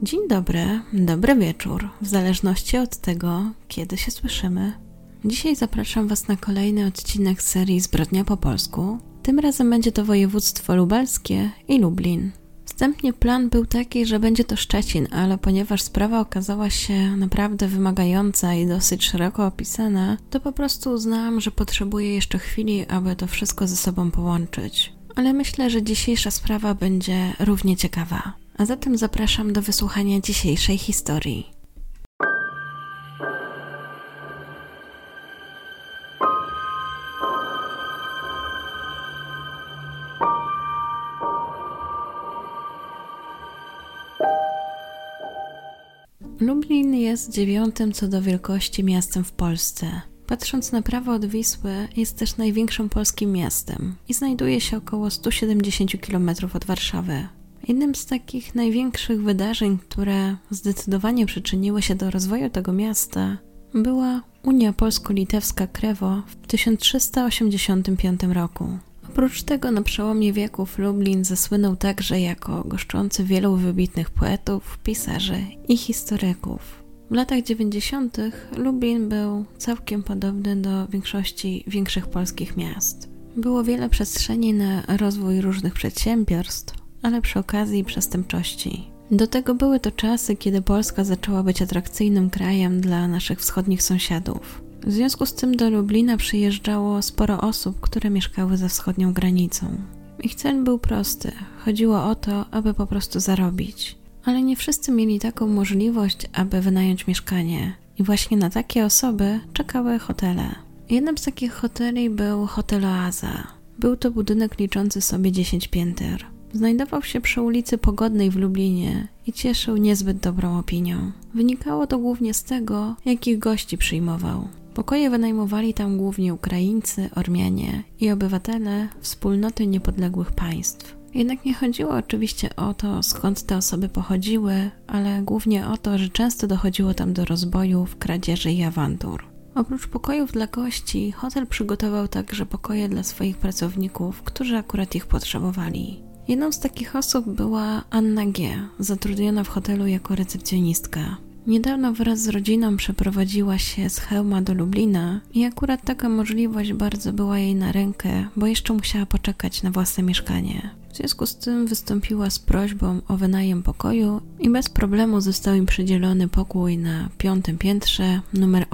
Dzień dobry, dobry wieczór, w zależności od tego, kiedy się słyszymy. Dzisiaj zapraszam Was na kolejny odcinek serii Zbrodnia po polsku. Tym razem będzie to województwo lubelskie i Lublin. Wstępnie plan był taki, że będzie to Szczecin, ale ponieważ sprawa okazała się naprawdę wymagająca i dosyć szeroko opisana, to po prostu uznałam, że potrzebuję jeszcze chwili, aby to wszystko ze sobą połączyć. Ale myślę, że dzisiejsza sprawa będzie równie ciekawa. A zatem zapraszam do wysłuchania dzisiejszej historii. Lublin jest 9. co do wielkości miastem w Polsce. Patrząc na prawo od Wisły, jest też największym polskim miastem i znajduje się około 170 km od Warszawy. Jednym z takich największych wydarzeń, które zdecydowanie przyczyniły się do rozwoju tego miasta, była Unia Polsko-Litewska Krewo w 1385 roku. Oprócz tego na przełomie wieków Lublin zasłynął także jako goszczący wielu wybitnych poetów, pisarzy i historyków. W latach 90. Lublin był całkiem podobny do większości większych polskich miast. Było wiele przestrzeni na rozwój różnych przedsiębiorstw, ale przy okazji przestępczości. Do tego były to czasy, kiedy Polska zaczęła być atrakcyjnym krajem dla naszych wschodnich sąsiadów. W związku z tym do Lublina przyjeżdżało sporo osób, które mieszkały za wschodnią granicą. Ich cel był prosty. Chodziło o to, aby po prostu zarobić. Ale nie wszyscy mieli taką możliwość, aby wynająć mieszkanie. I właśnie na takie osoby czekały hotele. Jednym z takich hoteli był Hotel Oaza. Był to budynek liczący sobie 10 pięter. Znajdował się przy ulicy Pogodnej w Lublinie i cieszył niezbyt dobrą opinią. Wynikało to głównie z tego, jakich gości przyjmował. Pokoje wynajmowali tam głównie Ukraińcy, Ormianie i obywatele wspólnoty niepodległych państw. Jednak nie chodziło oczywiście o to, skąd te osoby pochodziły, ale głównie o to, że często dochodziło tam do rozbojów, kradzieży i awantur. Oprócz pokojów dla gości, hotel przygotował także pokoje dla swoich pracowników, którzy akurat ich potrzebowali. Jedną z takich osób była Anna G., zatrudniona w hotelu jako recepcjonistka. Niedawno wraz z rodziną przeprowadziła się z Chełma do Lublina i akurat taka możliwość bardzo była jej na rękę, bo jeszcze musiała poczekać na własne mieszkanie. W związku z tym wystąpiła z prośbą o wynajem pokoju i bez problemu został im przydzielony pokój na 5. piętrze numer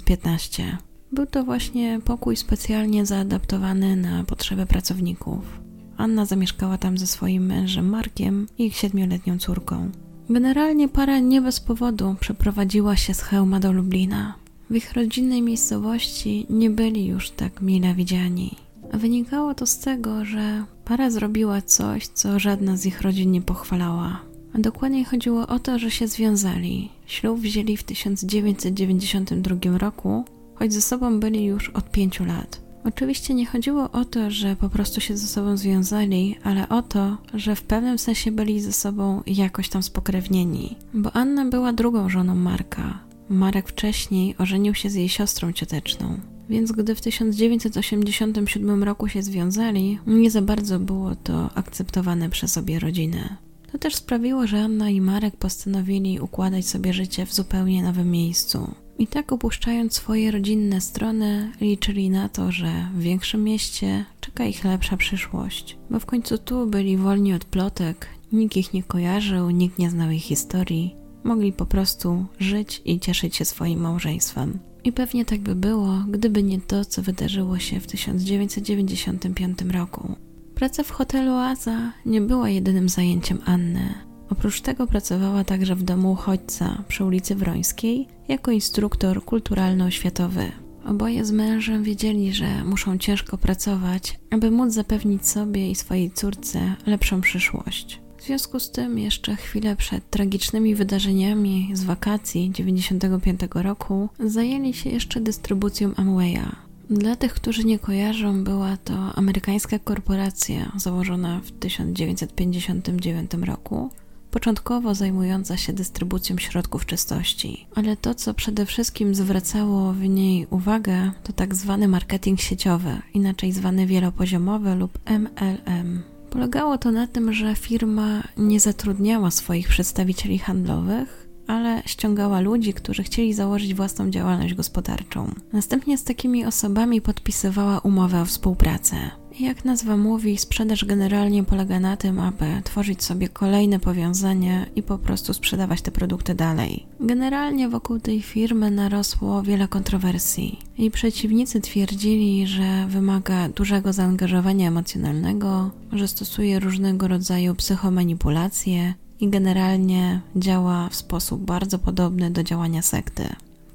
815. Był to właśnie pokój specjalnie zaadaptowany na potrzeby pracowników. Anna zamieszkała tam ze swoim mężem Markiem i ich 7-letnią córką. Generalnie para nie bez powodu przeprowadziła się z Chełma do Lublina. W ich rodzinnej miejscowości nie byli już tak mile widziani. A wynikało to z tego, że para zrobiła coś, co żadna z ich rodzin nie pochwalała. A dokładniej chodziło o to, że się związali. Ślub wzięli w 1992 roku, choć ze sobą byli już od 5 lat. Oczywiście nie chodziło o to, że po prostu się ze sobą związali, ale o to, że w pewnym sensie byli ze sobą jakoś tam spokrewnieni. Bo Anna była drugą żoną Marka. Marek wcześniej ożenił się z jej siostrą cioteczną. Więc gdy w 1987 roku się związali, nie za bardzo było to akceptowane przez obie rodziny. To też sprawiło, że Anna i Marek postanowili układać sobie życie w zupełnie nowym miejscu. I tak opuszczając swoje rodzinne strony, liczyli na to, że w większym mieście czeka ich lepsza przyszłość. Bo w końcu tu byli wolni od plotek, nikt ich nie kojarzył, nikt nie znał ich historii. Mogli po prostu żyć i cieszyć się swoim małżeństwem. I pewnie tak by było, gdyby nie to, co wydarzyło się w 1995 roku. Praca w hotelu Oaza nie była jedynym zajęciem Anny. Oprócz tego pracowała także w domu uchodźca przy ulicy Wrońskiej jako instruktor kulturalno-oświatowy. Oboje z mężem wiedzieli, że muszą ciężko pracować, aby móc zapewnić sobie i swojej córce lepszą przyszłość. W związku z tym jeszcze chwilę przed tragicznymi wydarzeniami z wakacji 1995 roku zajęli się jeszcze dystrybucją Amwaya. Dla tych, którzy nie kojarzą, była to amerykańska korporacja założona w 1959 roku, początkowo zajmująca się dystrybucją środków czystości. Ale to, co przede wszystkim zwracało w niej uwagę, to tak zwany marketing sieciowy, inaczej zwany wielopoziomowy lub MLM. Polegało to na tym, że firma nie zatrudniała swoich przedstawicieli handlowych, ale ściągała ludzi, którzy chcieli założyć własną działalność gospodarczą. Następnie z takimi osobami podpisywała umowę o współpracę. Jak nazwa mówi, sprzedaż generalnie polega na tym, aby tworzyć sobie kolejne powiązania i po prostu sprzedawać te produkty dalej. Generalnie wokół tej firmy narosło wiele kontrowersji. Jej przeciwnicy twierdzili, że wymaga dużego zaangażowania emocjonalnego, że stosuje różnego rodzaju psychomanipulacje i generalnie działa w sposób bardzo podobny do działania sekty. W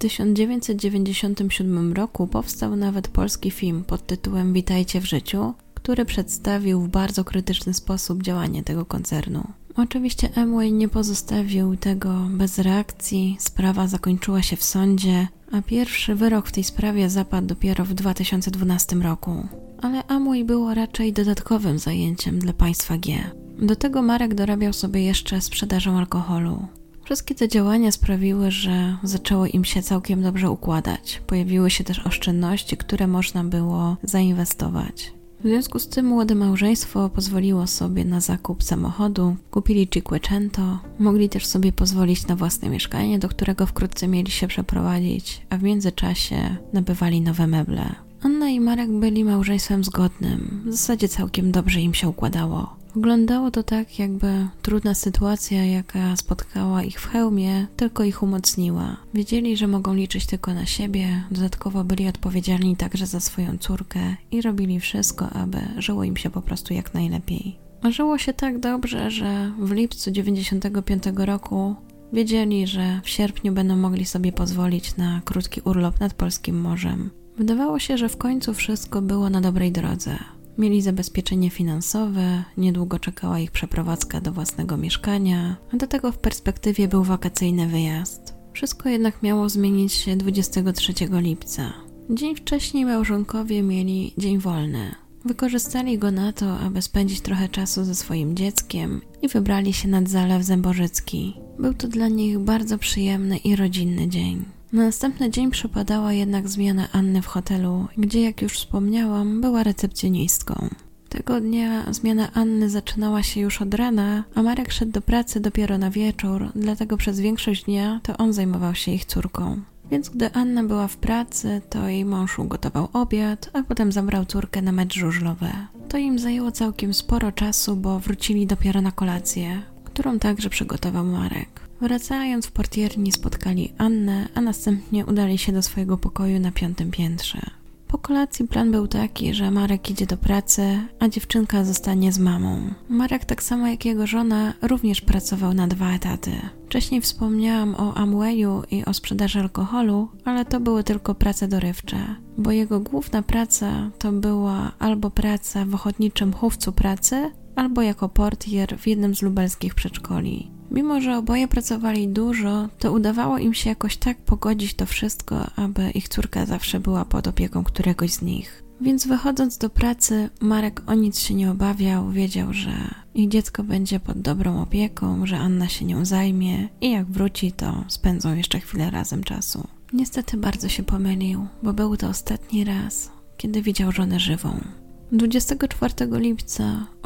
1997 roku powstał nawet polski film pod tytułem Witajcie w życiu, który przedstawił w bardzo krytyczny sposób działanie tego koncernu. Oczywiście Amway nie pozostawił tego bez reakcji, sprawa zakończyła się w sądzie, a pierwszy wyrok w tej sprawie zapadł dopiero w 2012 roku. Ale Amway było raczej dodatkowym zajęciem dla państwa G. Do tego Marek dorabiał sobie jeszcze sprzedażą alkoholu. Wszystkie te działania sprawiły, że zaczęło im się całkiem dobrze układać. Pojawiły się też oszczędności, które można było zainwestować. W związku z tym młode małżeństwo pozwoliło sobie na zakup samochodu, kupili Cinquecento, mogli też sobie pozwolić na własne mieszkanie, do którego wkrótce mieli się przeprowadzić, a w międzyczasie nabywali nowe meble. Anna i Marek byli małżeństwem zgodnym, w zasadzie całkiem dobrze im się układało. Wyglądało to tak, jakby trudna sytuacja, jaka spotkała ich w Chełmie, tylko ich umocniła. Wiedzieli, że mogą liczyć tylko na siebie, dodatkowo byli odpowiedzialni także za swoją córkę i robili wszystko, aby żyło im się po prostu jak najlepiej. A żyło się tak dobrze, że w lipcu 1995 roku wiedzieli, że w sierpniu będą mogli sobie pozwolić na krótki urlop nad polskim morzem. Wydawało się, że w końcu wszystko było na dobrej drodze. Mieli zabezpieczenie finansowe, niedługo czekała ich przeprowadzka do własnego mieszkania, a do tego w perspektywie był wakacyjny wyjazd. Wszystko jednak miało zmienić się 23 lipca. Dzień wcześniej małżonkowie mieli dzień wolny. Wykorzystali go na to, aby spędzić trochę czasu ze swoim dzieckiem i wybrali się nad Zalew Zębożycki. Był to dla nich bardzo przyjemny i rodzinny dzień. Na następny dzień przypadała jednak zmiana Anny w hotelu, gdzie, jak już wspomniałam, była recepcjonistką. Tego dnia zmiana Anny zaczynała się już od rana, a Marek szedł do pracy dopiero na wieczór, dlatego przez większość dnia to on zajmował się ich córką. Więc gdy Anna była w pracy, to jej mąż ugotował obiad, a potem zabrał córkę na mecz żużlowy. To im zajęło całkiem sporo czasu, bo wrócili dopiero na kolację, którą także przygotował Marek. Wracając w portierni spotkali Annę, a następnie udali się do swojego pokoju na 5. piętrze. Po kolacji plan był taki, że Marek idzie do pracy, a dziewczynka zostanie z mamą. Marek, tak samo jak jego żona, również pracował na 2 etaty. Wcześniej wspomniałam o Amwayu i o sprzedaży alkoholu, ale to były tylko prace dorywcze, bo jego główna praca to była albo praca w ochotniczym chówcu pracy, albo jako portier w jednym z lubelskich przedszkoli. Mimo że oboje pracowali dużo, to udawało im się jakoś tak pogodzić to wszystko, aby ich córka zawsze była pod opieką któregoś z nich. Więc wychodząc do pracy, Marek o nic się nie obawiał, wiedział, że ich dziecko będzie pod dobrą opieką, że Anna się nią zajmie i jak wróci, to spędzą jeszcze chwilę razem czasu. Niestety bardzo się pomylił, bo był to ostatni raz, kiedy widział żonę żywą. 24 lipca o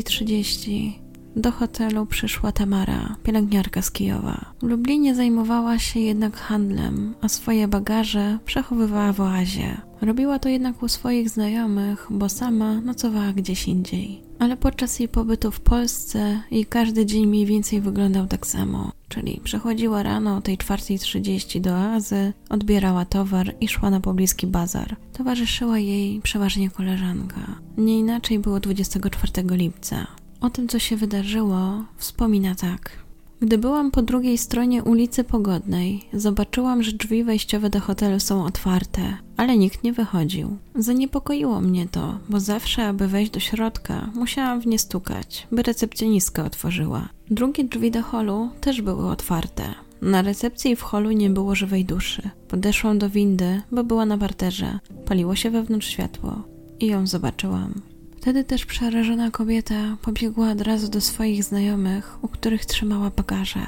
4:30 do hotelu przyszła Tamara, pielęgniarka z Kijowa. W Lublinie zajmowała się jednak handlem, a swoje bagaże przechowywała w oazie. Robiła to jednak u swoich znajomych, bo sama nocowała gdzieś indziej. Ale podczas jej pobytu w Polsce jej każdy dzień mniej więcej wyglądał tak samo. Czyli przechodziła rano o tej 4:30 do oazy, odbierała towar i szła na pobliski bazar. Towarzyszyła jej przeważnie koleżanka. Nie inaczej było 24 lipca. O tym, co się wydarzyło, wspomina tak. Gdy byłam po drugiej stronie ulicy Pogodnej, zobaczyłam, że drzwi wejściowe do hotelu są otwarte, ale nikt nie wychodził. Zaniepokoiło mnie to, bo zawsze, aby wejść do środka, musiałam w nie stukać, by recepcjonistka otworzyła. Drugie drzwi do holu też były otwarte. Na recepcji i w holu nie było żywej duszy. Podeszłam do windy, bo była na parterze. Paliło się wewnątrz światło i ją zobaczyłam. Wtedy też przerażona kobieta pobiegła od razu do swoich znajomych, u których trzymała bagaże.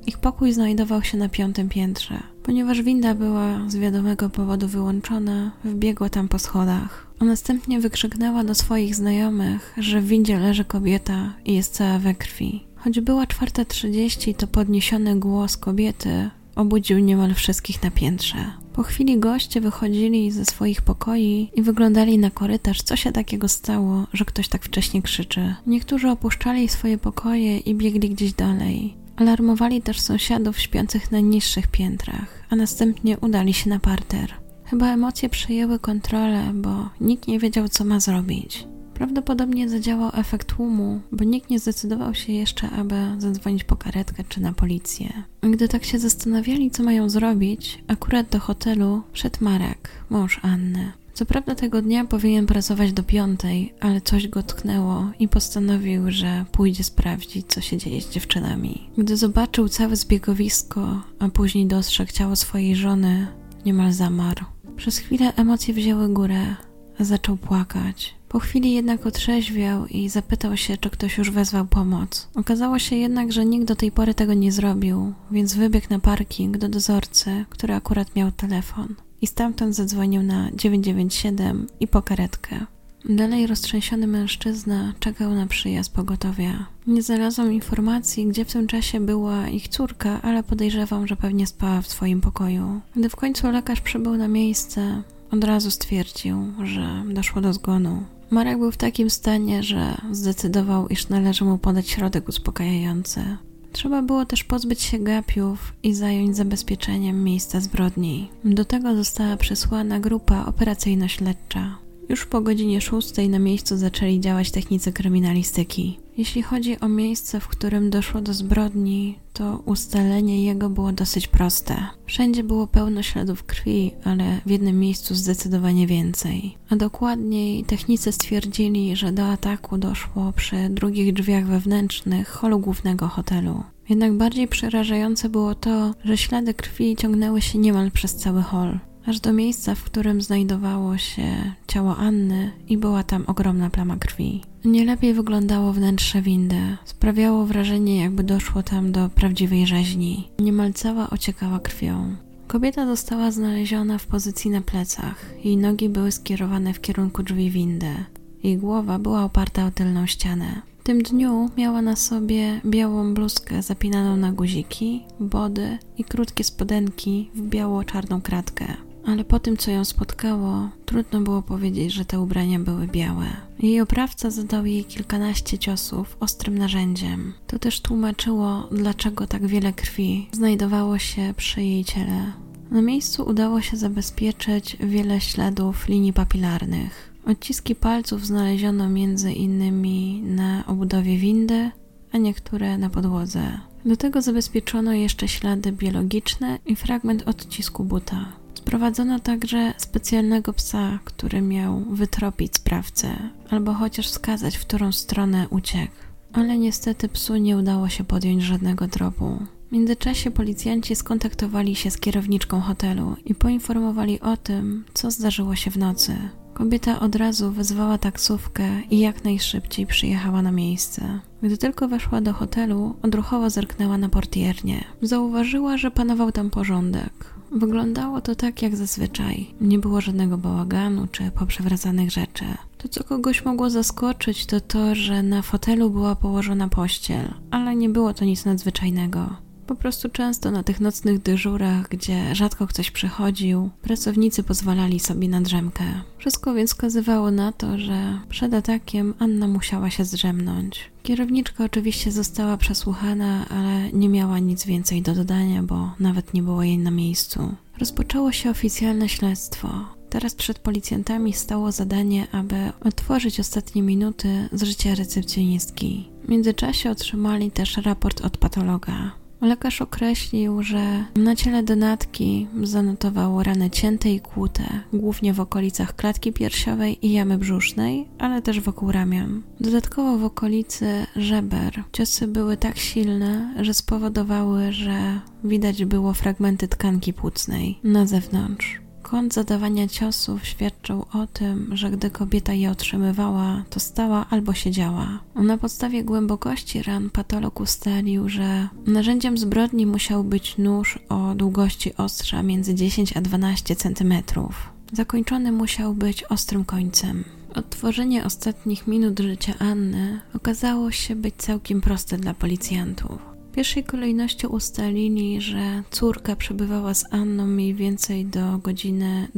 Ich pokój znajdował się na 5. piętrze. Ponieważ winda była z wiadomego powodu wyłączona, wbiegła tam po schodach. A następnie wykrzyknęła do swoich znajomych, że w windzie leży kobieta i jest cała we krwi. Choć była 4:30, to podniesiony głos kobiety obudził niemal wszystkich na piętrze. Po chwili goście wychodzili ze swoich pokoi i wyglądali na korytarz, co się takiego stało, że ktoś tak wcześnie krzyczy. Niektórzy opuszczali swoje pokoje i biegli gdzieś dalej. Alarmowali też sąsiadów śpiących na niższych piętrach, a następnie udali się na parter. Chyba emocje przejęły kontrolę, bo nikt nie wiedział, co ma zrobić. Prawdopodobnie zadziałał efekt tłumu, bo nikt nie zdecydował się jeszcze, aby zadzwonić po karetkę czy na policję. Gdy tak się zastanawiali, co mają zrobić, akurat do hotelu wszedł Marek, mąż Anny. Co prawda tego dnia powinien pracować do 5, ale coś go tknęło i postanowił, że pójdzie sprawdzić, co się dzieje z dziewczynami. Gdy zobaczył całe zbiegowisko, a później dostrzegł ciało swojej żony, niemal zamarł. Przez chwilę emocje wzięły górę, a zaczął płakać. Po chwili jednak otrzeźwiał i zapytał się, czy ktoś już wezwał pomoc. Okazało się jednak, że nikt do tej pory tego nie zrobił, więc wybiegł na parking do dozorcy, który akurat miał telefon. I stamtąd zadzwonił na 997 i po karetkę. Dalej roztrzęsiony mężczyzna czekał na przyjazd pogotowia. Nie znalazłam informacji, gdzie w tym czasie była ich córka, ale podejrzewam, że pewnie spała w swoim pokoju. Gdy w końcu lekarz przybył na miejsce, od razu stwierdził, że doszło do zgonu. Marek był w takim stanie, że zdecydował, iż należy mu podać środek uspokajający. Trzeba było też pozbyć się gapiów i zająć zabezpieczeniem miejsca zbrodni. Do tego została przysłana grupa operacyjno-śledcza. Już po godzinie 6 na miejscu zaczęli działać technicy kryminalistyki. Jeśli chodzi o miejsce, w którym doszło do zbrodni, to ustalenie jego było dosyć proste. Wszędzie było pełno śladów krwi, ale w jednym miejscu zdecydowanie więcej. A dokładniej technicy stwierdzili, że do ataku doszło przy drugich drzwiach wewnętrznych holu głównego hotelu. Jednak bardziej przerażające było to, że ślady krwi ciągnęły się niemal przez cały hol, aż do miejsca, w którym znajdowało się ciało Anny i była tam ogromna plama krwi. Nie lepiej wyglądało wnętrze windy. Sprawiało wrażenie, jakby doszło tam do prawdziwej rzeźni. Niemal cała ociekała krwią. Kobieta została znaleziona w pozycji na plecach. Jej nogi były skierowane w kierunku drzwi windy. Jej głowa była oparta o tylną ścianę. W tym dniu miała na sobie białą bluzkę zapinaną na guziki, body i krótkie spodenki w biało-czarną kratkę. Ale po tym, co ją spotkało, trudno było powiedzieć, że te ubrania były białe. Jej oprawca zadał jej kilkanaście ciosów ostrym narzędziem. To też tłumaczyło, dlaczego tak wiele krwi znajdowało się przy jej ciele. Na miejscu udało się zabezpieczyć wiele śladów linii papilarnych. Odciski palców znaleziono między innymi na obudowie windy, a niektóre na podłodze. Do tego zabezpieczono jeszcze ślady biologiczne i fragment odcisku buta. Sprowadzono także specjalnego psa, który miał wytropić sprawcę, albo chociaż wskazać, w którą stronę uciekł. Ale niestety psu nie udało się podjąć żadnego tropu. W międzyczasie policjanci skontaktowali się z kierowniczką hotelu i poinformowali o tym, co zdarzyło się w nocy. Kobieta od razu wezwała taksówkę i jak najszybciej przyjechała na miejsce. Gdy tylko weszła do hotelu, odruchowo zerknęła na portiernię. Zauważyła, że panował tam porządek. Wyglądało to tak jak zazwyczaj. Nie było żadnego bałaganu czy poprzewracanych rzeczy. To, co kogoś mogło zaskoczyć, to to, że na fotelu była położona pościel, ale nie było to nic nadzwyczajnego. Po prostu często na tych nocnych dyżurach, gdzie rzadko ktoś przychodził, pracownicy pozwalali sobie na drzemkę. Wszystko więc wskazywało na to, że przed atakiem Anna musiała się zdrzemnąć. Kierowniczka oczywiście została przesłuchana, ale nie miała nic więcej do dodania, bo nawet nie było jej na miejscu. Rozpoczęło się oficjalne śledztwo. Teraz przed policjantami stało zadanie, aby odtworzyć ostatnie minuty z życia recepcjonistki. W międzyczasie otrzymali też raport od patologa. Lekarz określił, że na ciele denatki zanotował rany cięte i kłute, głównie w okolicach klatki piersiowej i jamy brzusznej, ale też wokół ramion. Dodatkowo w okolicy żeber ciosy były tak silne, że spowodowały, że widać było fragmenty tkanki płucnej na zewnątrz. Kąt zadawania ciosów świadczył o tym, że gdy kobieta je otrzymywała, to stała albo siedziała. Na podstawie głębokości ran patolog ustalił, że narzędziem zbrodni musiał być nóż o długości ostrza między 10 a 12 cm. Zakończony musiał być ostrym końcem. Odtworzenie ostatnich minut życia Anny okazało się być całkiem proste dla policjantów. W pierwszej kolejności ustalili, że córka przebywała z Anną mniej więcej do godziny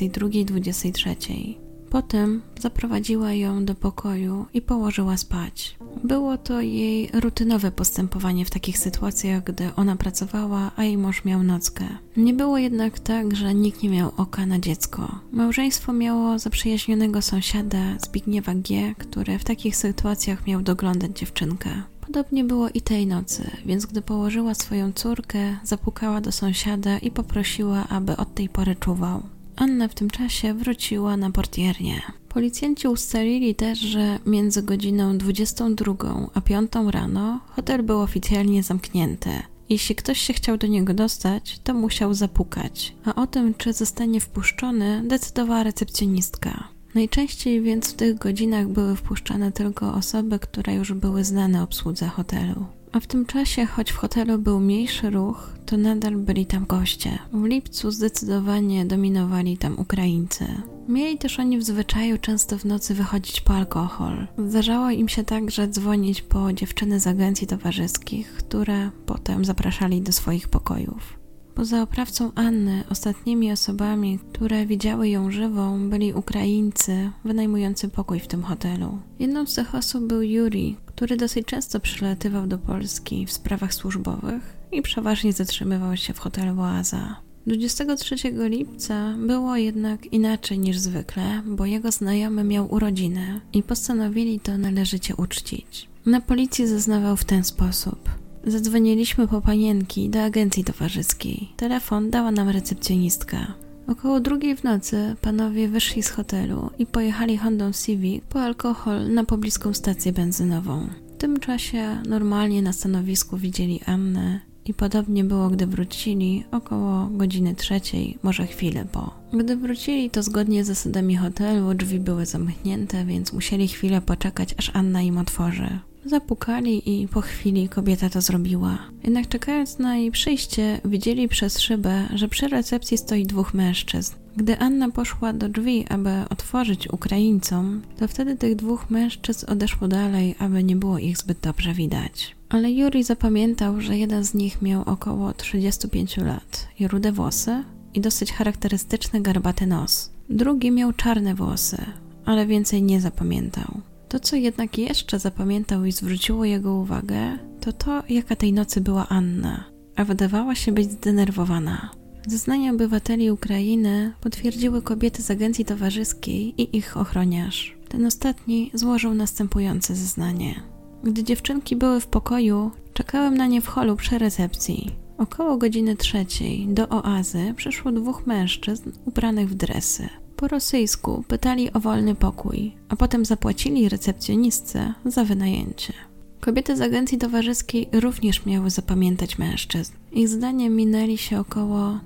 22-23. Potem zaprowadziła ją do pokoju i położyła spać. Było to jej rutynowe postępowanie w takich sytuacjach, gdy ona pracowała, a jej mąż miał nockę. Nie było jednak tak, że nikt nie miał oka na dziecko. Małżeństwo miało zaprzyjaźnionego sąsiada Zbigniewa G., który w takich sytuacjach miał doglądać dziewczynkę. Podobnie było i tej nocy, więc gdy położyła swoją córkę, zapukała do sąsiada i poprosiła, aby od tej pory czuwał. Anna w tym czasie wróciła na portiernię. Policjanci ustalili też, że między godziną 22 a 5 rano hotel był oficjalnie zamknięty. Jeśli ktoś się chciał do niego dostać, to musiał zapukać, a o tym, czy zostanie wpuszczony, decydowała recepcjonistka. Najczęściej więc w tych godzinach były wpuszczane tylko osoby, które już były znane obsłudze hotelu. A w tym czasie, choć w hotelu był mniejszy ruch, to nadal byli tam goście. W lipcu zdecydowanie dominowali tam Ukraińcy. Mieli też oni w zwyczaju często w nocy wychodzić po alkohol. Zdarzało im się także dzwonić po dziewczyny z agencji towarzyskich, które potem zapraszali do swoich pokojów. Poza oprawcą Anny, ostatnimi osobami, które widziały ją żywą, byli Ukraińcy wynajmujący pokój w tym hotelu. Jedną z tych osób był Juri, który dosyć często przylatywał do Polski w sprawach służbowych i przeważnie zatrzymywał się w hotelu Oaza. 23 lipca było jednak inaczej niż zwykle, bo jego znajomy miał urodziny i postanowili to należycie uczcić. Na policji zeznawał w ten sposób. Zadzwoniliśmy po panienki do agencji towarzyskiej. Telefon dała nam recepcjonistka. Około 2 w nocy panowie wyszli z hotelu i pojechali Hondą Civic po alkohol na pobliską stację benzynową. W tym czasie normalnie na stanowisku widzieli Annę i podobnie było, gdy wrócili około godziny 3, może chwilę po. Gdy wrócili, to zgodnie z zasadami hotelu drzwi były zamknięte, więc musieli chwilę poczekać, aż Anna im otworzy. Zapukali i po chwili kobieta to zrobiła. Jednak czekając na jej przyjście, widzieli przez szybę, że przy recepcji stoi 2 mężczyzn. Gdy Anna poszła do drzwi, aby otworzyć Ukraińcom, to wtedy tych 2 mężczyzn odeszło dalej, aby nie było ich zbyt dobrze widać. Ale Juri zapamiętał, że jeden z nich miał około 35 lat i rude włosy i dosyć charakterystyczny garbaty nos. Drugi miał czarne włosy, ale więcej nie zapamiętał. To, co jednak jeszcze zapamiętał i zwróciło jego uwagę, to to, jaka tej nocy była Anna, a wydawała się być zdenerwowana. Zeznania obywateli Ukrainy potwierdziły kobiety z agencji towarzyskiej i ich ochroniarz. Ten ostatni złożył następujące zeznanie. Gdy dziewczynki były w pokoju, czekałem na nie w holu przy recepcji. Około godziny 3 do Oazy przyszło 2 mężczyzn ubranych w dresy. Po rosyjsku pytali o wolny pokój, a potem zapłacili recepcjonistce za wynajęcie. Kobiety z agencji towarzyskiej również miały zapamiętać mężczyzn. Ich zdaniem minęli się około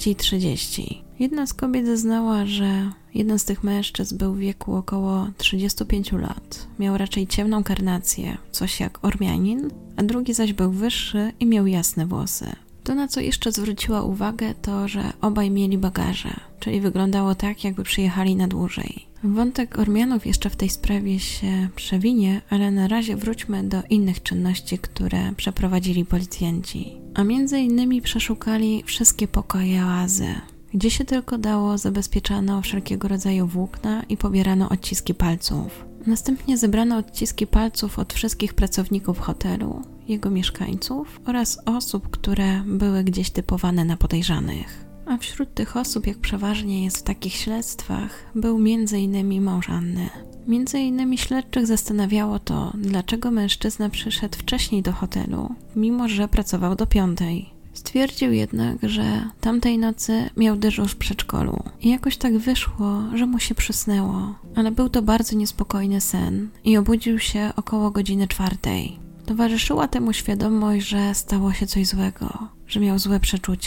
3:30. Jedna z kobiet zeznała, że jeden z tych mężczyzn był w wieku około 35 lat. Miał raczej ciemną karnację, coś jak Ormianin, a drugi zaś był wyższy i miał jasne włosy. To, na co jeszcze zwróciła uwagę, to, że obaj mieli bagaże, czyli wyglądało tak, jakby przyjechali na dłużej. Wątek Ormianów jeszcze w tej sprawie się przewinie, ale na razie wróćmy do innych czynności, które przeprowadzili policjanci. A między innymi przeszukali wszystkie pokoje Oazy. Gdzie się tylko dało, zabezpieczano wszelkiego rodzaju włókna i pobierano odciski palców. Następnie zebrano odciski palców od wszystkich pracowników hotelu, jego mieszkańców oraz osób, które były gdzieś typowane na podejrzanych. A wśród tych osób, jak przeważnie jest w takich śledztwach, był m.in. mąż Anny. M.in. śledczych zastanawiało to, dlaczego mężczyzna przyszedł wcześniej do hotelu, mimo że pracował do 5. Stwierdził jednak, że tamtej nocy miał dyżur w przedszkolu i jakoś tak wyszło, że mu się przysnęło, ale był to bardzo niespokojny sen i obudził się około godziny 4. Towarzyszyła temu świadomość, że stało się coś złego, że miał złe przeczucia.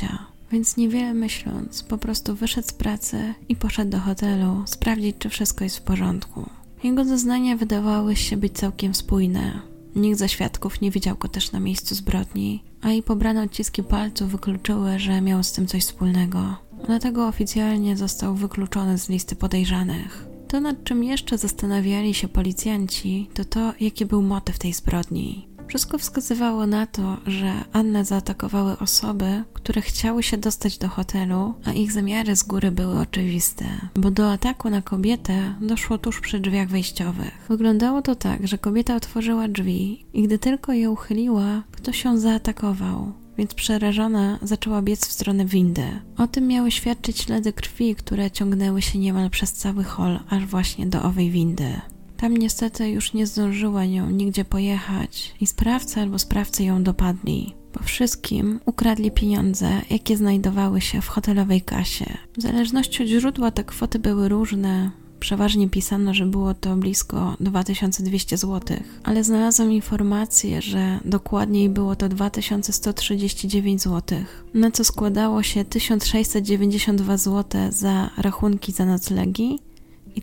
Więc niewiele myśląc, po prostu wyszedł z pracy i poszedł do hotelu sprawdzić, czy wszystko jest w porządku. Jego zeznania wydawały się być całkiem spójne. Nikt ze świadków nie widział go też na miejscu zbrodni, a i pobrane odciski palców wykluczyły, że miał z tym coś wspólnego. Dlatego oficjalnie został wykluczony z listy podejrzanych. To, nad czym jeszcze zastanawiali się policjanci, to jaki był motyw tej zbrodni. Wszystko wskazywało na to, że Annę zaatakowały osoby, które chciały się dostać do hotelu, a ich zamiary z góry były oczywiste, bo do ataku na kobietę doszło tuż przy drzwiach wejściowych. Wyglądało to tak, że kobieta otworzyła drzwi i gdy tylko je uchyliła, ktoś ją zaatakował, więc przerażona zaczęła biec w stronę windy. O tym miały świadczyć ślady krwi, które ciągnęły się niemal przez cały hol, aż właśnie do owej windy. Tam niestety już nie zdążyła nią nigdzie pojechać i sprawca albo sprawcy ją dopadli. Po wszystkim ukradli pieniądze, jakie znajdowały się w hotelowej kasie. W zależności od źródła te kwoty były różne. Przeważnie pisano, że było to blisko 2200 zł, ale znalazłam informację, że dokładniej było to 2139 zł, na co składało się 1692 zł za rachunki za noclegi i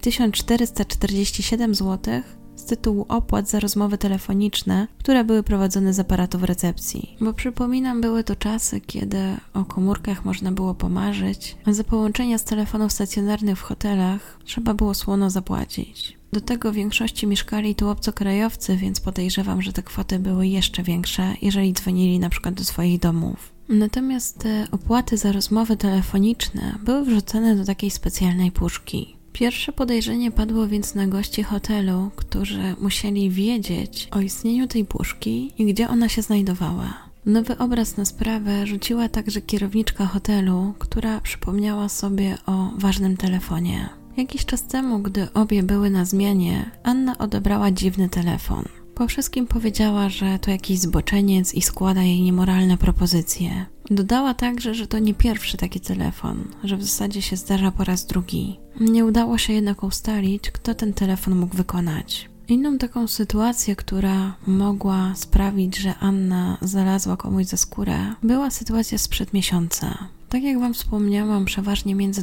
1447 zł z tytułu opłat za rozmowy telefoniczne, które były prowadzone z aparatu w recepcji. Bo przypominam, były to czasy, kiedy o komórkach można było pomarzyć, a za połączenia z telefonów stacjonarnych w hotelach trzeba było słono zapłacić. Do tego w większości mieszkali tu obcokrajowcy, więc podejrzewam, że te kwoty były jeszcze większe, jeżeli dzwonili na przykład do swoich domów. Natomiast te opłaty za rozmowy telefoniczne były wrzucane do takiej specjalnej puszki. Pierwsze podejrzenie padło więc na gości hotelu, którzy musieli wiedzieć o istnieniu tej puszki i gdzie ona się znajdowała. Nowy obraz na sprawę rzuciła także kierowniczka hotelu, która przypomniała sobie o ważnym telefonie. Jakiś czas temu, gdy obie były na zmianie, Anna odebrała dziwny telefon. Po wszystkim powiedziała, że to jakiś zboczeniec i składa jej niemoralne propozycje. Dodała także, że to nie pierwszy taki telefon, że w zasadzie się zdarza po raz drugi. Nie udało się jednak ustalić, kto ten telefon mógł wykonać. Inną taką sytuację, która mogła sprawić, że Anna znalazła komuś za skórę, była sytuacja sprzed miesiąca. Tak jak Wam wspomniałam, przeważnie między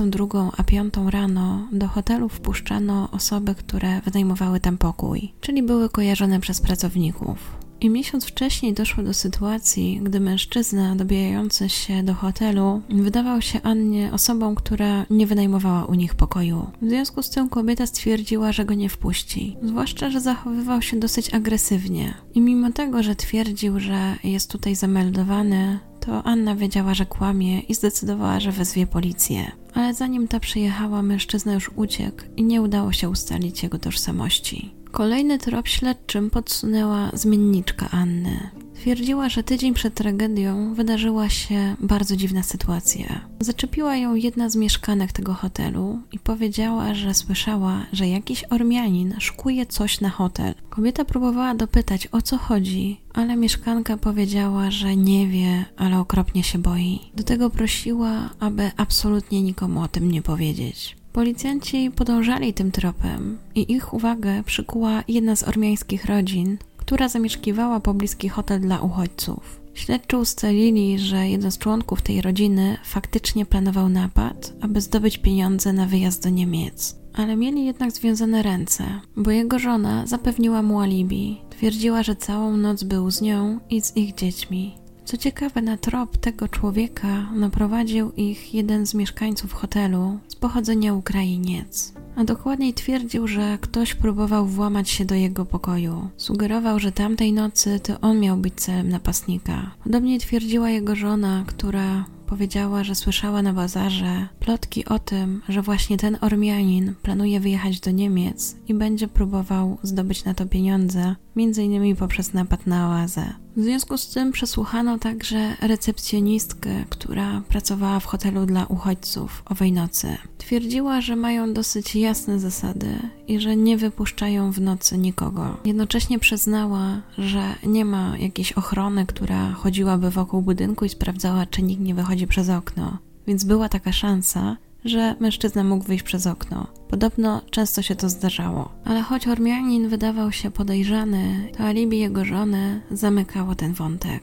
22 a 5 rano do hotelu wpuszczano osoby, które wynajmowały tam pokój, czyli były kojarzone przez pracowników. I miesiąc wcześniej doszło do sytuacji, gdy mężczyzna dobijający się do hotelu wydawał się Annie osobą, która nie wynajmowała u nich pokoju. W związku z tym kobieta stwierdziła, że go nie wpuści. Zwłaszcza, że zachowywał się dosyć agresywnie. I mimo tego, że twierdził, że jest tutaj zameldowany, to Anna wiedziała, że kłamie i zdecydowała, że wezwie policję. Ale zanim ta przyjechała, mężczyzna już uciekł i nie udało się ustalić jego tożsamości. Kolejny trop śledczym podsunęła zmienniczka Anny. Twierdziła, że tydzień przed tragedią wydarzyła się bardzo dziwna sytuacja. Zaczepiła ją jedna z mieszkanek tego hotelu i powiedziała, że słyszała, że jakiś Ormianin szykuje coś na hotel. Kobieta próbowała dopytać, o co chodzi, ale mieszkanka powiedziała, że nie wie, ale okropnie się boi. Do tego prosiła, aby absolutnie nikomu o tym nie powiedzieć. Policjanci podążali tym tropem i ich uwagę przykuła jedna z ormiańskich rodzin, która zamieszkiwała pobliski hotel dla uchodźców. Śledczy ustalili, że jeden z członków tej rodziny faktycznie planował napad, aby zdobyć pieniądze na wyjazd do Niemiec. Ale mieli jednak związane ręce, bo jego żona zapewniła mu alibi. Twierdziła, że całą noc był z nią i z ich dziećmi. Co ciekawe, na trop tego człowieka naprowadził ich jeden z mieszkańców hotelu z pochodzenia Ukrainiec. A dokładniej twierdził, że ktoś próbował włamać się do jego pokoju. Sugerował, że tamtej nocy to on miał być celem napastnika. Podobnie twierdziła jego żona, która powiedziała, że słyszała na bazarze plotki o tym, że właśnie ten Ormianin planuje wyjechać do Niemiec i będzie próbował zdobyć na to pieniądze, m.in. poprzez napad na oazę. W związku z tym przesłuchano także recepcjonistkę, która pracowała w hotelu dla uchodźców owej nocy. Twierdziła, że mają dosyć jasne zasady i że nie wypuszczają w nocy nikogo. Jednocześnie przyznała, że nie ma jakiejś ochrony, która chodziłaby wokół budynku i sprawdzała, czy nikt nie wychodzi przez okno. Więc była taka szansa, że mężczyzna mógł wyjść przez okno. Podobno często się to zdarzało. Ale choć Ormianin wydawał się podejrzany, to alibi jego żony zamykało ten wątek.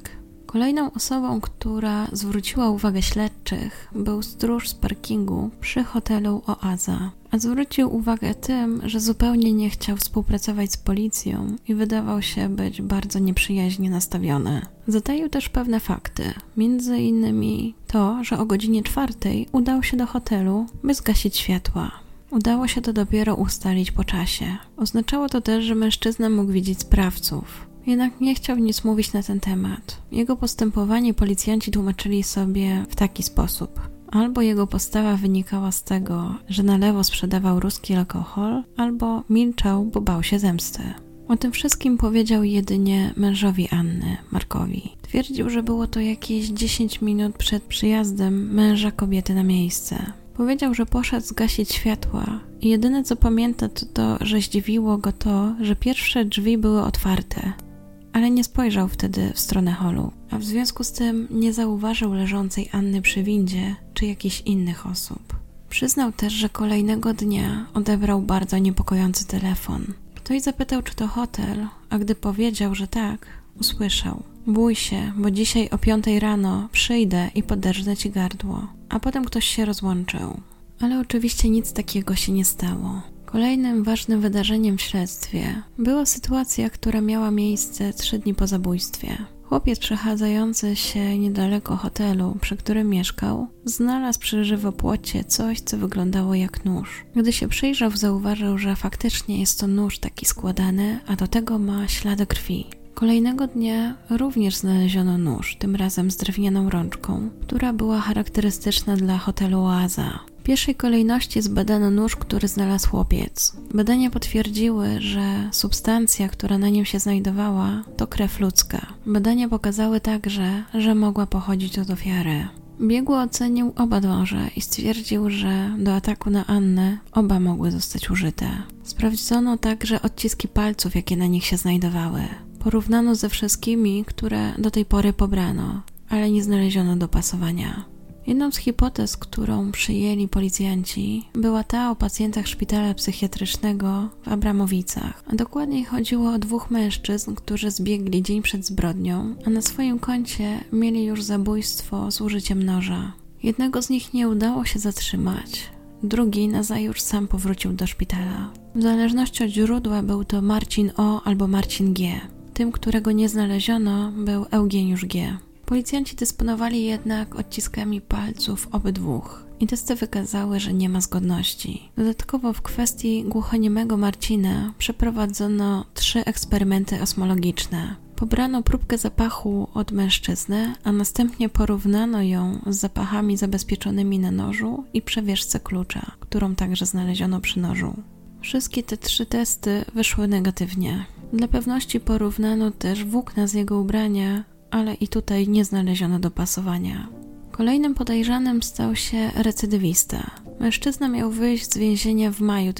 Kolejną osobą, która zwróciła uwagę śledczych, był stróż z parkingu przy hotelu Oaza. A zwrócił uwagę tym, że zupełnie nie chciał współpracować z policją i wydawał się być bardzo nieprzyjaźnie nastawiony. Zataił też pewne fakty, między innymi to, że o godzinie 4 udał się do hotelu, by zgasić światła. Udało się to dopiero ustalić po czasie. Oznaczało to też, że mężczyzna mógł widzieć sprawców. Jednak nie chciał nic mówić na ten temat. Jego postępowanie policjanci tłumaczyli sobie w taki sposób. Albo jego postawa wynikała z tego, że na lewo sprzedawał ruski alkohol, albo milczał, bo bał się zemsty. O tym wszystkim powiedział jedynie mężowi Anny, Markowi. Twierdził, że było to jakieś 10 minut przed przyjazdem męża kobiety na miejsce. Powiedział, że poszedł zgasić światła i jedyne co pamięta to, że zdziwiło go to, że pierwsze drzwi były otwarte, ale nie spojrzał wtedy w stronę holu, a w związku z tym nie zauważył leżącej Anny przy windzie czy jakichś innych osób. Przyznał też, że kolejnego dnia odebrał bardzo niepokojący telefon. Ktoś zapytał, czy to hotel, a gdy powiedział, że tak, usłyszał: bój się, bo dzisiaj o 5 rano przyjdę i poderżnę ci gardło. A potem ktoś się rozłączył. Ale oczywiście nic takiego się nie stało. Kolejnym ważnym wydarzeniem w śledztwie była sytuacja, która miała miejsce 3 dni po zabójstwie. Chłopiec przechadzający się niedaleko hotelu, przy którym mieszkał, znalazł przy żywopłocie coś, co wyglądało jak nóż. Gdy się przyjrzał, zauważył, że faktycznie jest to nóż taki składany, a do tego ma ślady krwi. Kolejnego dnia również znaleziono nóż, tym razem z drewnianą rączką, która była charakterystyczna dla hotelu Oaza. W pierwszej kolejności zbadano nóż, który znalazł chłopiec. Badania potwierdziły, że substancja, która na nim się znajdowała, to krew ludzka. Badania pokazały także, że mogła pochodzić od ofiary. Biegły ocenił oba noże i stwierdził, że do ataku na Annę oba mogły zostać użyte. Sprawdzono także odciski palców, jakie na nich się znajdowały. Porównano ze wszystkimi, które do tej pory pobrano, ale nie znaleziono dopasowania. Jedną z hipotez, którą przyjęli policjanci, była ta o pacjentach szpitala psychiatrycznego w Abramowicach. A dokładniej chodziło o 2 mężczyzn, którzy zbiegli dzień przed zbrodnią, a na swoim koncie mieli już zabójstwo z użyciem noża. Jednego z nich nie udało się zatrzymać, drugi nazajutrz sam powrócił do szpitala. W zależności od źródła był to Marcin O. albo Marcin G. Tym, którego nie znaleziono, był Eugeniusz G. Policjanci dysponowali jednak odciskami palców obydwóch i testy wykazały, że nie ma zgodności. Dodatkowo w kwestii głuchoniemego Marcina przeprowadzono 3 eksperymenty osmologiczne. Pobrano próbkę zapachu od mężczyzny, a następnie porównano ją z zapachami zabezpieczonymi na nożu i przewieszce klucza, którą także znaleziono przy nożu. Wszystkie te 3 testy wyszły negatywnie. Dla pewności porównano też włókna z jego ubrania, ale i tutaj nie znaleziono dopasowania. Kolejnym podejrzanym stał się recydywista. Mężczyzna miał wyjść z więzienia w maju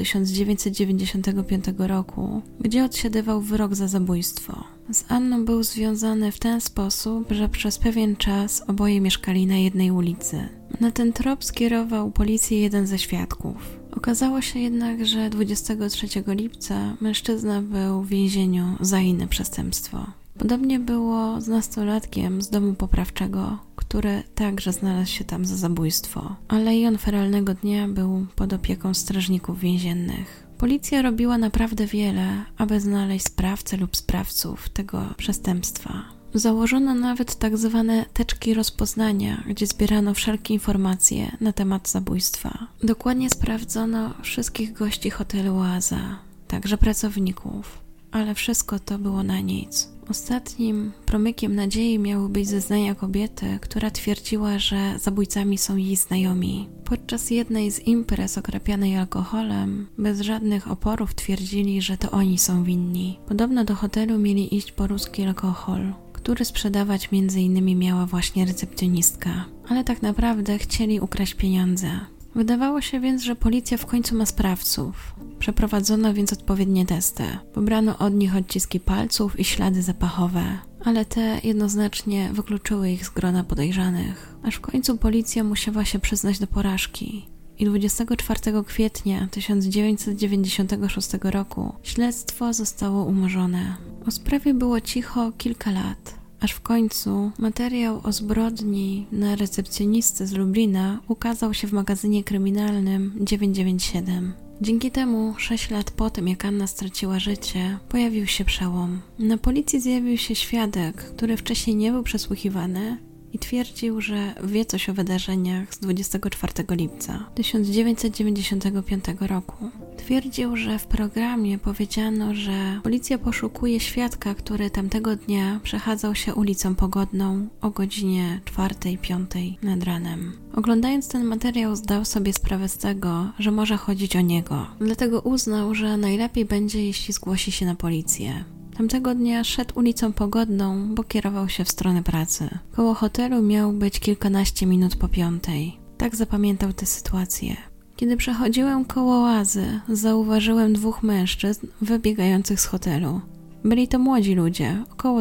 1995 roku, gdzie odsiedywał wyrok za zabójstwo. Z Anną był związany w ten sposób, że przez pewien czas oboje mieszkali na jednej ulicy. Na ten trop skierował policję jeden ze świadków. Okazało się jednak, że 23 lipca mężczyzna był w więzieniu za inne przestępstwo. Podobnie było z nastolatkiem z domu poprawczego, który także znalazł się tam za zabójstwo, ale i on feralnego dnia był pod opieką strażników więziennych. Policja robiła naprawdę wiele, aby znaleźć sprawcę lub sprawców tego przestępstwa. Założono nawet tak zwane teczki rozpoznania, gdzie zbierano wszelkie informacje na temat zabójstwa. Dokładnie sprawdzono wszystkich gości hotelu Oaza, także pracowników, ale wszystko to było na nic. Ostatnim promykiem nadziei miały być zeznania kobiety, która twierdziła, że zabójcami są jej znajomi. Podczas jednej z imprez okrapianej alkoholem, bez żadnych oporów twierdzili, że to oni są winni. Podobno do hotelu mieli iść po ruski alkohol, który sprzedawać m.in. miała właśnie recepcjonistka. Ale tak naprawdę chcieli ukraść pieniądze. Wydawało się więc, że policja w końcu ma sprawców. Przeprowadzono więc odpowiednie testy. Pobrano od nich odciski palców i ślady zapachowe, ale te jednoznacznie wykluczyły ich z grona podejrzanych. Aż w końcu policja musiała się przyznać do porażki. I 24 kwietnia 1996 roku śledztwo zostało umorzone. O sprawie było cicho kilka lat, aż w końcu materiał o zbrodni na recepcjonisty z Lublina ukazał się w magazynie kryminalnym 997. Dzięki temu 6 lat po tym, jak Anna straciła życie, pojawił się przełom. Na policji zjawił się świadek, który wcześniej nie był przesłuchiwany i twierdził, że wie coś o wydarzeniach z 24 lipca 1995 roku. Twierdził, że w programie powiedziano, że policja poszukuje świadka, który tamtego dnia przechadzał się ulicą Pogodną o godzinie 4:05 nad ranem. Oglądając ten materiał, zdał sobie sprawę z tego, że może chodzić o niego. Dlatego uznał, że najlepiej będzie, jeśli zgłosi się na policję. Tamtego dnia szedł ulicą Pogodną, bo kierował się w stronę pracy. Koło hotelu miał być kilkanaście minut po 5:00. Tak zapamiętał tę sytuację. Kiedy przechodziłem koło oazy, zauważyłem 2 mężczyzn wybiegających z hotelu. Byli to młodzi ludzie, około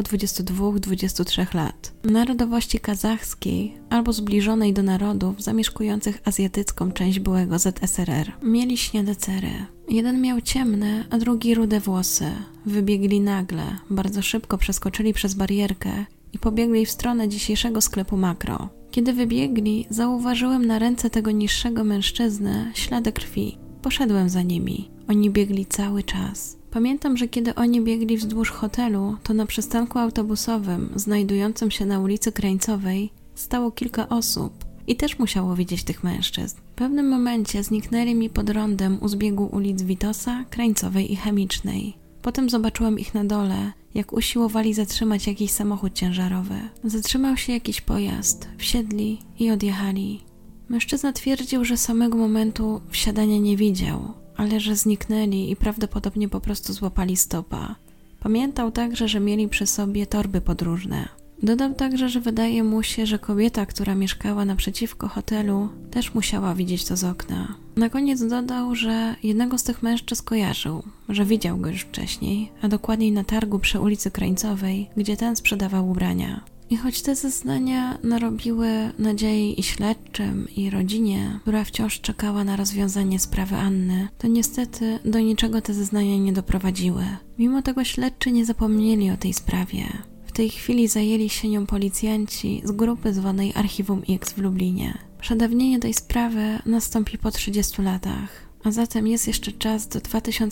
22-23 lat, narodowości kazachskiej albo zbliżonej do narodów zamieszkujących azjatycką część byłego ZSRR. Mieli śniade cery. Jeden miał ciemne, a drugi rude włosy. Wybiegli nagle, bardzo szybko przeskoczyli przez barierkę i pobiegli w stronę dzisiejszego sklepu Makro. Kiedy wybiegli, zauważyłem na ręce tego niższego mężczyzny ślady krwi. Poszedłem za nimi. Oni biegli cały czas. Pamiętam, że kiedy oni biegli wzdłuż hotelu, to na przystanku autobusowym, znajdującym się na ulicy Krańcowej, stało kilka osób i też musiało widzieć tych mężczyzn. W pewnym momencie zniknęli mi pod rondem u zbiegu ulic Witosa, Krańcowej i Chemicznej. Potem zobaczyłem ich na dole, jak usiłowali zatrzymać jakiś samochód ciężarowy. Zatrzymał się jakiś pojazd, wsiedli i odjechali. Mężczyzna twierdził, że samego momentu wsiadania nie widział, ale że zniknęli i prawdopodobnie po prostu złapali stopa. Pamiętał także, że mieli przy sobie torby podróżne. Dodał także, że wydaje mu się, że kobieta, która mieszkała naprzeciwko hotelu, też musiała widzieć to z okna. Na koniec dodał, że jednego z tych mężczyzn kojarzył, że widział go już wcześniej, a dokładniej na targu przy ulicy Krańcowej, gdzie ten sprzedawał ubrania. I choć te zeznania narobiły nadziei i śledczym, i rodzinie, która wciąż czekała na rozwiązanie sprawy Anny, to niestety do niczego te zeznania nie doprowadziły. Mimo tego śledczy nie zapomnieli o tej sprawie. W tej chwili zajęli się nią policjanci z grupy zwanej Archiwum X w Lublinie. Przedawnienie tej sprawy nastąpi po 30 latach, a zatem jest jeszcze czas do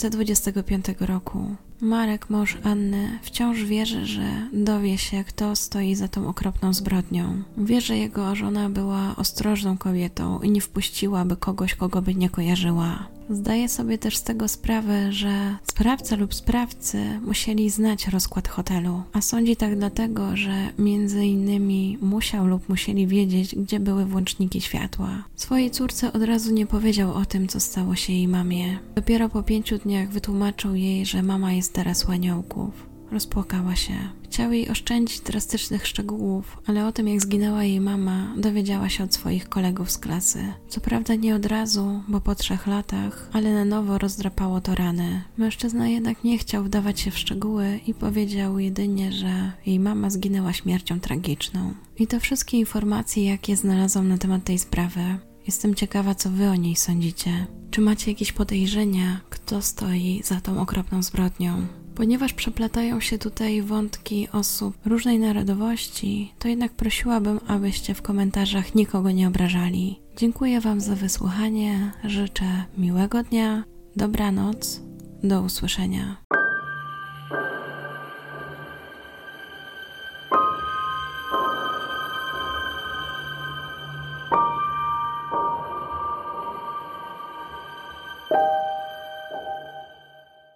2025 roku. Marek, mąż Anny, wciąż wierzy, że dowie się, kto stoi za tą okropną zbrodnią. Wie, że jego żona była ostrożną kobietą i nie wpuściłaby kogoś, kogo by nie kojarzyła. Zdaje sobie też z tego sprawę, że sprawca lub sprawcy musieli znać rozkład hotelu, a sądzi tak dlatego, że między innymi musiał lub musieli wiedzieć, gdzie były włączniki światła. Swojej córce od razu nie powiedział o tym, co stało się jej mamie. Dopiero po 5 dniach wytłumaczył jej, że mama jest teraz u aniołków. Rozpłakała się. Chciał jej oszczędzić drastycznych szczegółów, ale o tym, jak zginęła jej mama, dowiedziała się od swoich kolegów z klasy. Co prawda nie od razu, bo po 3 latach, ale na nowo rozdrapało to rany. Mężczyzna jednak nie chciał wdawać się w szczegóły i powiedział jedynie, że jej mama zginęła śmiercią tragiczną. I to wszystkie informacje, jakie znalazłam na temat tej sprawy. Jestem ciekawa, co wy o niej sądzicie. Czy macie jakieś podejrzenia, kto stoi za tą okropną zbrodnią? Ponieważ przeplatają się tutaj wątki osób różnej narodowości, to jednak prosiłabym, abyście w komentarzach nikogo nie obrażali. Dziękuję wam za wysłuchanie, życzę miłego dnia, dobranoc, do usłyszenia.